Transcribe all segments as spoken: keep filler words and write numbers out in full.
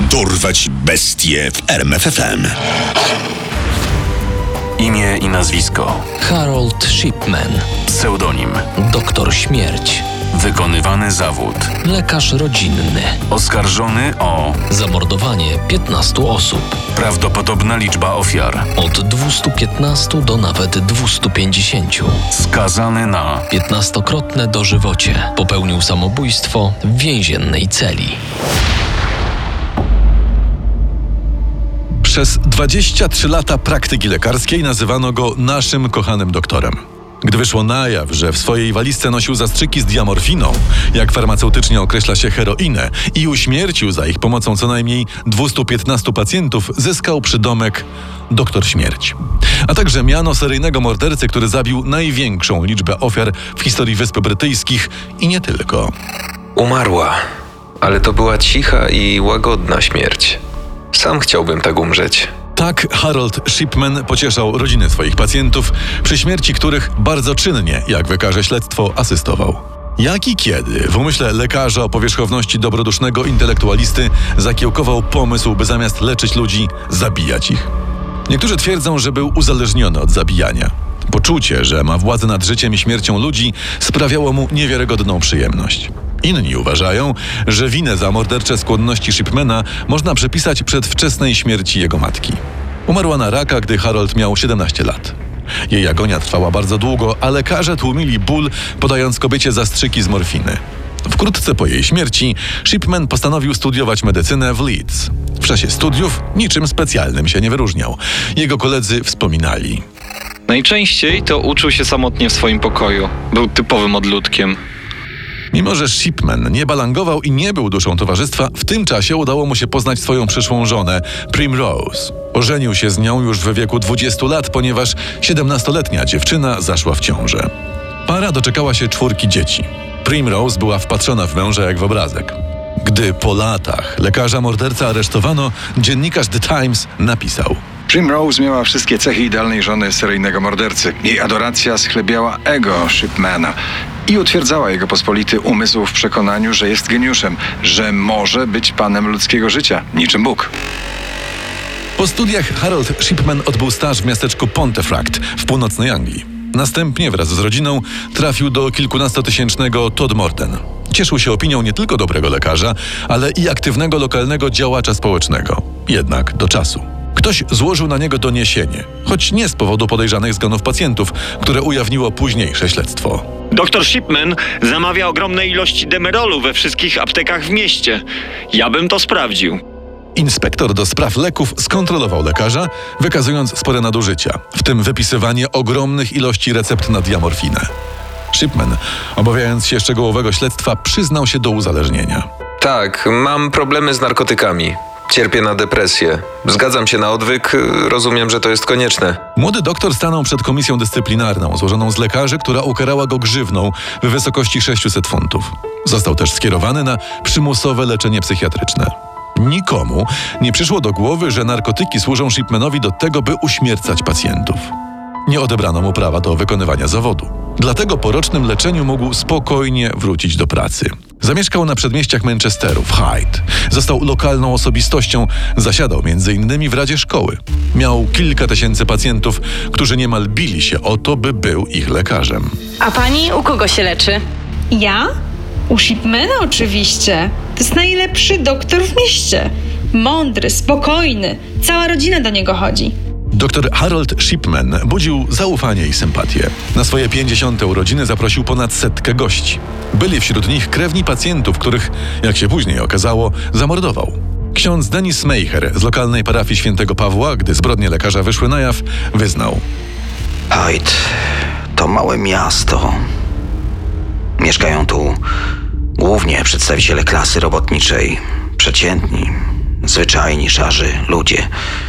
Dorwać bestie w R M F F M. Imię i nazwisko: Harold Shipman. Pseudonim: Doktor Śmierć. Wykonywany zawód: lekarz rodzinny. Oskarżony o zamordowanie piętnastu osób. Prawdopodobna liczba ofiar: od dwustu piętnastu do nawet dwustu pięćdziesięciu. Skazany na piętnastokrotne dożywocie. Popełnił samobójstwo w więziennej celi. Przez dwadzieścia trzy lata praktyki lekarskiej nazywano go naszym kochanym doktorem. Gdy wyszło na jaw, że w swojej walizce nosił zastrzyki z diamorfiną, jak farmaceutycznie określa się heroinę, i uśmiercił za ich pomocą co najmniej dwustu piętnastu pacjentów, zyskał przydomek Doktor Śmierć. A także miano seryjnego mordercy, który zabił największą liczbę ofiar w historii Wysp Brytyjskich i nie tylko. Umarła, ale to była cicha i łagodna śmierć. Sam chciałbym tak umrzeć. Tak Harold Shipman pocieszał rodziny swoich pacjentów, przy śmierci których bardzo czynnie, jak wykaże śledztwo, asystował. Jak i kiedy w umyśle lekarza o powierzchowności dobrodusznego intelektualisty zakiełkował pomysł, by zamiast leczyć ludzi, zabijać ich? Niektórzy twierdzą, że był uzależniony od zabijania. Poczucie, że ma władzę nad życiem i śmiercią ludzi, sprawiało mu niewiarygodną przyjemność. Inni uważają, że winę za mordercze skłonności Shipmana można przypisać przedwczesnej śmierci jego matki. Umarła na raka, gdy Harold miał siedemnaście lat. Jej agonia trwała bardzo długo, a lekarze tłumili ból, podając kobiecie zastrzyki z morfiny. Wkrótce po jej śmierci Shipman postanowił studiować medycynę w Leeds. W czasie studiów niczym specjalnym się nie wyróżniał. Jego koledzy wspominali: najczęściej to uczył się samotnie w swoim pokoju. Był typowym odludkiem. Mimo że Shipman nie balangował i nie był duszą towarzystwa, w tym czasie udało mu się poznać swoją przyszłą żonę, Primrose. Ożenił się z nią już w wieku dwudziestu lat, ponieważ siedemnastoletnia dziewczyna zaszła w ciążę. Para doczekała się czwórki dzieci. Primrose była wpatrzona w męża jak w obrazek. Gdy po latach lekarza morderca aresztowano, dziennikarz The Times napisał: Primrose miała wszystkie cechy idealnej żony seryjnego mordercy. Jej adoracja schlebiała ego Shipmana i utwierdzała jego pospolity umysł w przekonaniu, że jest geniuszem, że może być panem ludzkiego życia, niczym Bóg. Po studiach Harold Shipman odbył staż w miasteczku Pontefract w północnej Anglii. Następnie wraz z rodziną trafił do kilkunastotysięcznego Todmorden. Cieszył się opinią nie tylko dobrego lekarza, ale i aktywnego lokalnego działacza społecznego. Jednak do czasu. Ktoś złożył na niego doniesienie, choć nie z powodu podejrzanych zgonów pacjentów, które ujawniło późniejsze śledztwo. Doktor Shipman zamawia ogromne ilości demerolu we wszystkich aptekach w mieście. Ja bym to sprawdził. Inspektor do spraw leków skontrolował lekarza, wykazując spore nadużycia, w tym wypisywanie ogromnych ilości recept na diamorfinę. Shipman, obawiając się szczegółowego śledztwa, przyznał się do uzależnienia. Tak, mam problemy z narkotykami. Cierpię na depresję. Zgadzam się na odwyk, rozumiem, że to jest konieczne. Młody doktor stanął przed komisją dyscyplinarną, złożoną z lekarzy, która ukarała go grzywną w wysokości sześciuset funtów. Został też skierowany na przymusowe leczenie psychiatryczne. Nikomu nie przyszło do głowy, że narkotyki służą Shipmanowi do tego, by uśmiercać pacjentów. Nie odebrano mu prawa do wykonywania zawodu. Dlatego po rocznym leczeniu mógł spokojnie wrócić do pracy. Zamieszkał na przedmieściach Manchesteru, w Hyde. Został lokalną osobistością, zasiadał między innymi w radzie szkoły. Miał kilka tysięcy pacjentów, którzy niemal bili się o to, by był ich lekarzem. A pani u kogo się leczy? Ja? U Shipmana oczywiście. To jest najlepszy doktor w mieście. Mądry, spokojny. Cała rodzina do niego chodzi. Doktor Harold Shipman budził zaufanie i sympatię. Na swoje pięćdziesiąte urodziny zaprosił ponad setkę gości. Byli wśród nich krewni pacjentów, których, jak się później okazało, zamordował. Ksiądz Dennis Mayher z lokalnej parafii świętego Pawła, gdy zbrodnie lekarza wyszły na jaw, wyznał: Hyde to małe miasto. Mieszkają tu głównie przedstawiciele klasy robotniczej, przeciętni, zwyczajni, szarzy ludzie.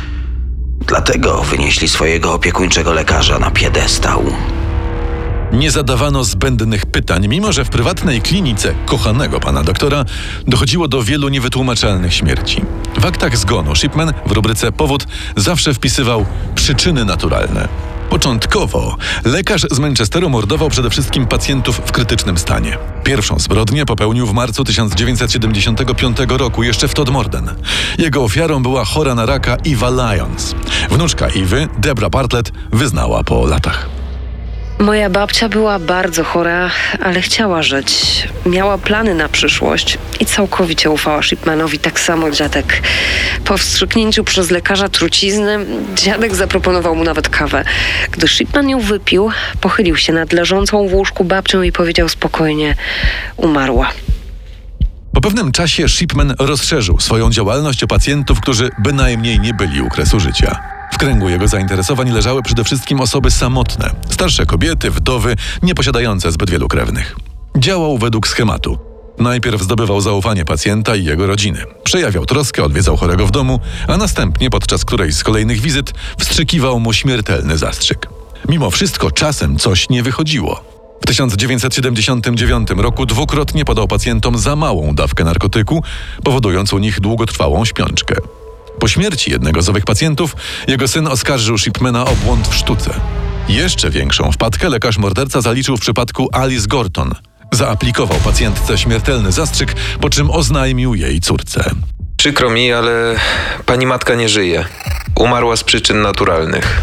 Dlatego wynieśli swojego opiekuńczego lekarza na piedestał. Nie zadawano zbędnych pytań, mimo że w prywatnej klinice kochanego pana doktora dochodziło do wielu niewytłumaczalnych śmierci. W aktach zgonu Shipman w rubryce powód zawsze wpisywał przyczyny naturalne. Początkowo lekarz z Manchesteru mordował przede wszystkim pacjentów w krytycznym stanie. Pierwszą zbrodnię popełnił w marcu tysiąc dziewięćset siedemdziesiątego piątego roku, jeszcze w Todmorden. Jego ofiarą była chora na raka Eva Lyons. Wnuczka Ewy, Debra Bartlett, wyznała po latach. Moja babcia była bardzo chora, ale chciała żyć. Miała plany na przyszłość i całkowicie ufała Shipmanowi, tak samo dziadek. Po wstrzyknięciu przez lekarza trucizny, dziadek zaproponował mu nawet kawę. Gdy Shipman ją wypił, pochylił się nad leżącą w łóżku babcią i powiedział spokojnie: umarła. Po pewnym czasie Shipman rozszerzył swoją działalność o pacjentów, którzy bynajmniej nie byli u kresu życia. W kręgu jego zainteresowań leżały przede wszystkim osoby samotne, starsze kobiety, wdowy, nieposiadające zbyt wielu krewnych. Działał według schematu. Najpierw zdobywał zaufanie pacjenta i jego rodziny. Przejawiał troskę, odwiedzał chorego w domu, a następnie podczas którejś z kolejnych wizyt wstrzykiwał mu śmiertelny zastrzyk. Mimo wszystko czasem coś nie wychodziło. W tysiąc dziewięćset siedemdziesiątym dziewiątym roku dwukrotnie podał pacjentom za małą dawkę narkotyku, powodując u nich długotrwałą śpiączkę. Po śmierci jednego z owych pacjentów jego syn oskarżył Shipmana o błąd w sztuce. Jeszcze większą wpadkę lekarz morderca zaliczył w przypadku Alice Gorton. Zaaplikował pacjentce śmiertelny zastrzyk, po czym oznajmił jej córce. Przykro mi, ale pani matka nie żyje. Umarła z przyczyn naturalnych.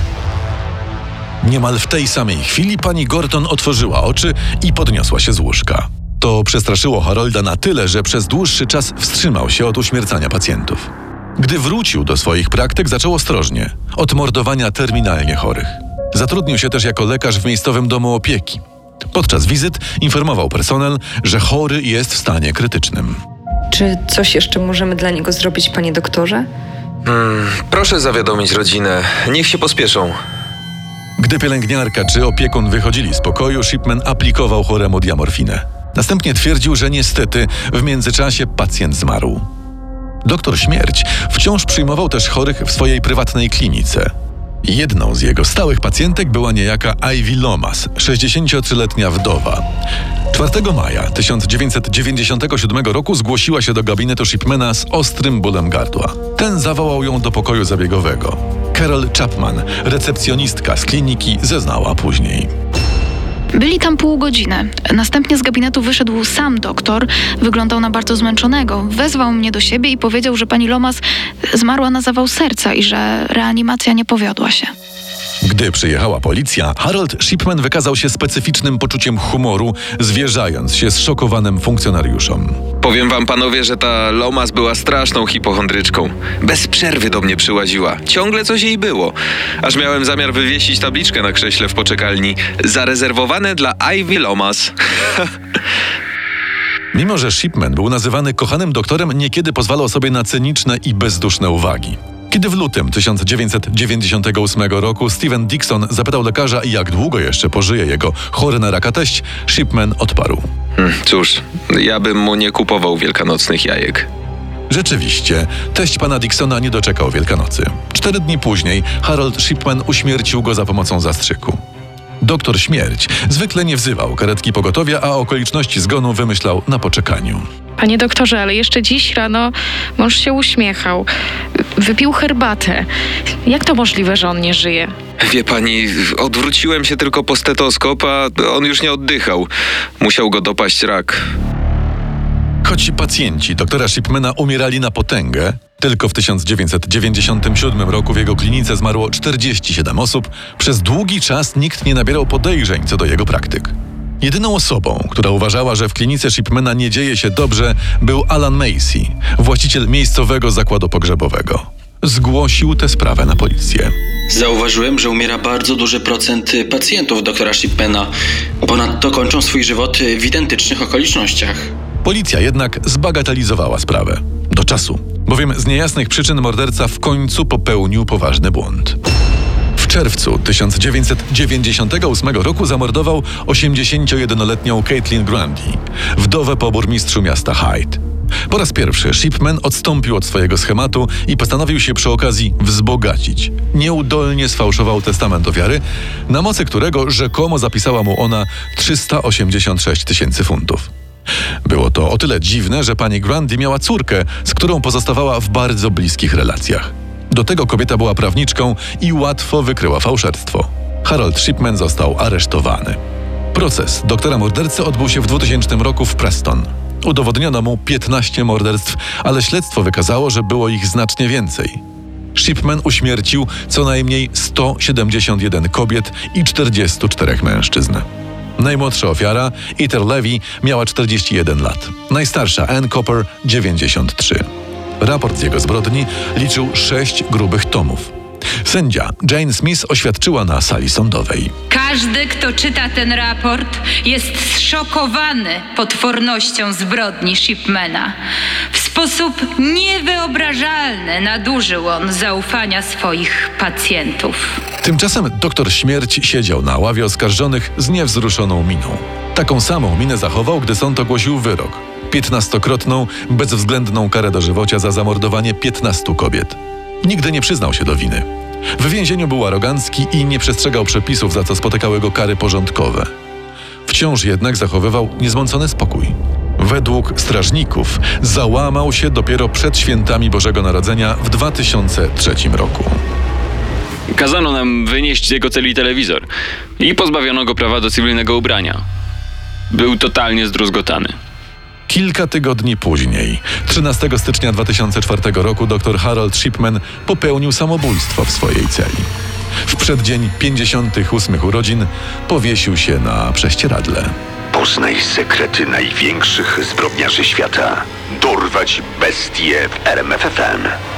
Niemal w tej samej chwili pani Gorton otworzyła oczy i podniosła się z łóżka. To przestraszyło Harolda na tyle, że przez dłuższy czas wstrzymał się od uśmiercania pacjentów. Gdy wrócił do swoich praktyk, zaczął ostrożnie, od mordowania terminalnie chorych. Zatrudnił się też jako lekarz w miejscowym domu opieki. Podczas wizyt informował personel, że chory jest w stanie krytycznym. Czy coś jeszcze możemy dla niego zrobić, panie doktorze? Hmm, proszę zawiadomić rodzinę. Niech się pospieszą. Gdy pielęgniarka czy opiekun wychodzili z pokoju, Shipman aplikował choremu diamorfinę. Następnie twierdził, że niestety w międzyczasie pacjent zmarł. Doktor Śmierć wciąż przyjmował też chorych w swojej prywatnej klinice. Jedną z jego stałych pacjentek była niejaka Ivy Lomas, sześćdziesięciotrzyletnia wdowa. czwartego maja tysiąc dziewięćset dziewięćdziesiątego siódmego roku zgłosiła się do gabinetu Shipmana z ostrym bólem gardła. Ten zawołał ją do pokoju zabiegowego. Carol Chapman, recepcjonistka z kliniki, zeznała później. Byli tam pół godziny. Następnie z gabinetu wyszedł sam doktor. Wyglądał na bardzo zmęczonego. Wezwał mnie do siebie i powiedział, że pani Lomas zmarła na zawał serca i że reanimacja nie powiodła się. Gdy przyjechała policja, Harold Shipman wykazał się specyficznym poczuciem humoru, zwierzając się zszokowanym funkcjonariuszom. Powiem wam, panowie, że ta Lomas była straszną hipochondryczką. Bez przerwy do mnie przyłaziła. Ciągle coś jej było. Aż miałem zamiar wywiesić tabliczkę na krześle w poczekalni. Zarezerwowane dla Ivy Lomas. Mimo że Shipman był nazywany kochanym doktorem, niekiedy pozwalał sobie na cyniczne i bezduszne uwagi. Kiedy w lutym tysiąc dziewięćset dziewięćdziesiątego ósmego roku Steven Dixon zapytał lekarza, jak długo jeszcze pożyje jego chory na raka teść, Shipman odparł. Hmm, cóż, ja bym mu nie kupował wielkanocnych jajek. Rzeczywiście, teść pana Dixona nie doczekał Wielkanocy. Cztery dni później Harold Shipman uśmiercił go za pomocą zastrzyku. Doktor Śmierć zwykle nie wzywał karetki pogotowia, a okoliczności zgonu wymyślał na poczekaniu. Panie doktorze, ale jeszcze dziś rano mąż się uśmiechał. Wypił herbatę. Jak to możliwe, że on nie żyje? Wie pani, odwróciłem się tylko po stetoskop, a on już nie oddychał. Musiał go dopaść rak. Choć pacjenci doktora Shipmana umierali na potęgę, tylko w tysiąc dziewięćset dziewięćdziesiątym siódmym roku w jego klinice zmarło czterdzieści siedem osób, przez długi czas nikt nie nabierał podejrzeń co do jego praktyk. Jedyną osobą, która uważała, że w klinice Shipmana nie dzieje się dobrze, był Alan Macy, właściciel miejscowego zakładu pogrzebowego. Zgłosił tę sprawę na policję. Zauważyłem, że umiera bardzo duży procent pacjentów doktora Shipmana. Ponadto kończą swój żywot w identycznych okolicznościach. Policja jednak zbagatelizowała sprawę. Do czasu, bowiem z niejasnych przyczyn morderca w końcu popełnił poważny błąd. W czerwcu tysiąc dziewięćset dziewięćdziesiątego ósmego roku zamordował osiemdziesięciojednoletnią Caitlin Grundy, wdowę po burmistrzu miasta Hyde. Po raz pierwszy Shipman odstąpił od swojego schematu i postanowił się przy okazji wzbogacić. Nieudolnie sfałszował testament ofiary, na mocy którego rzekomo zapisała mu ona trzysta osiemdziesiąt sześć tysięcy funtów. Było to o tyle dziwne, że pani Grundy miała córkę, z którą pozostawała w bardzo bliskich relacjach. Do tego kobieta była prawniczką i łatwo wykryła fałszerstwo. Harold Shipman został aresztowany. Proces doktora mordercy odbył się w dwutysięcznym roku w Preston. Udowodniono mu piętnaście morderstw, ale śledztwo wykazało, że było ich znacznie więcej. Shipman uśmiercił co najmniej sto siedemdziesiąt jeden kobiet i czterdziestu czterech mężczyzn. Najmłodsza ofiara, Ether Levy, miała czterdzieści jeden lat. Najstarsza, Ann Cooper, dziewięćdziesiąt trzy. Raport z jego zbrodni liczył sześć grubych tomów. Sędzia Jane Smith oświadczyła na sali sądowej. Każdy, kto czyta ten raport, jest zszokowany potwornością zbrodni Shipmana. W sposób niewyobrażalny nadużył on zaufania swoich pacjentów. Tymczasem doktor Śmierć siedział na ławie oskarżonych z niewzruszoną miną. Taką samą minę zachował, gdy sąd ogłosił wyrok. Piętnastokrotną, bezwzględną karę dożywocia za zamordowanie piętnastu kobiet. Nigdy nie przyznał się do winy. W więzieniu był arogancki i nie przestrzegał przepisów, za co spotykały go kary porządkowe. Wciąż jednak zachowywał niezmącony spokój. Według strażników załamał się dopiero przed świętami Bożego Narodzenia w dwa tysiące trzecim roku. Kazano nam wynieść z jego celi telewizor i pozbawiono go prawa do cywilnego ubrania. Był totalnie zdruzgotany. Kilka tygodni później, trzynastego stycznia dwa tysiące czwartego roku, dr Harold Shipman popełnił samobójstwo w swojej celi. W przeddzień pięćdziesiątych ósmych urodzin powiesił się na prześcieradle. Poznaj sekrety największych zbrodniarzy świata. Dorwać bestie w R M F F M.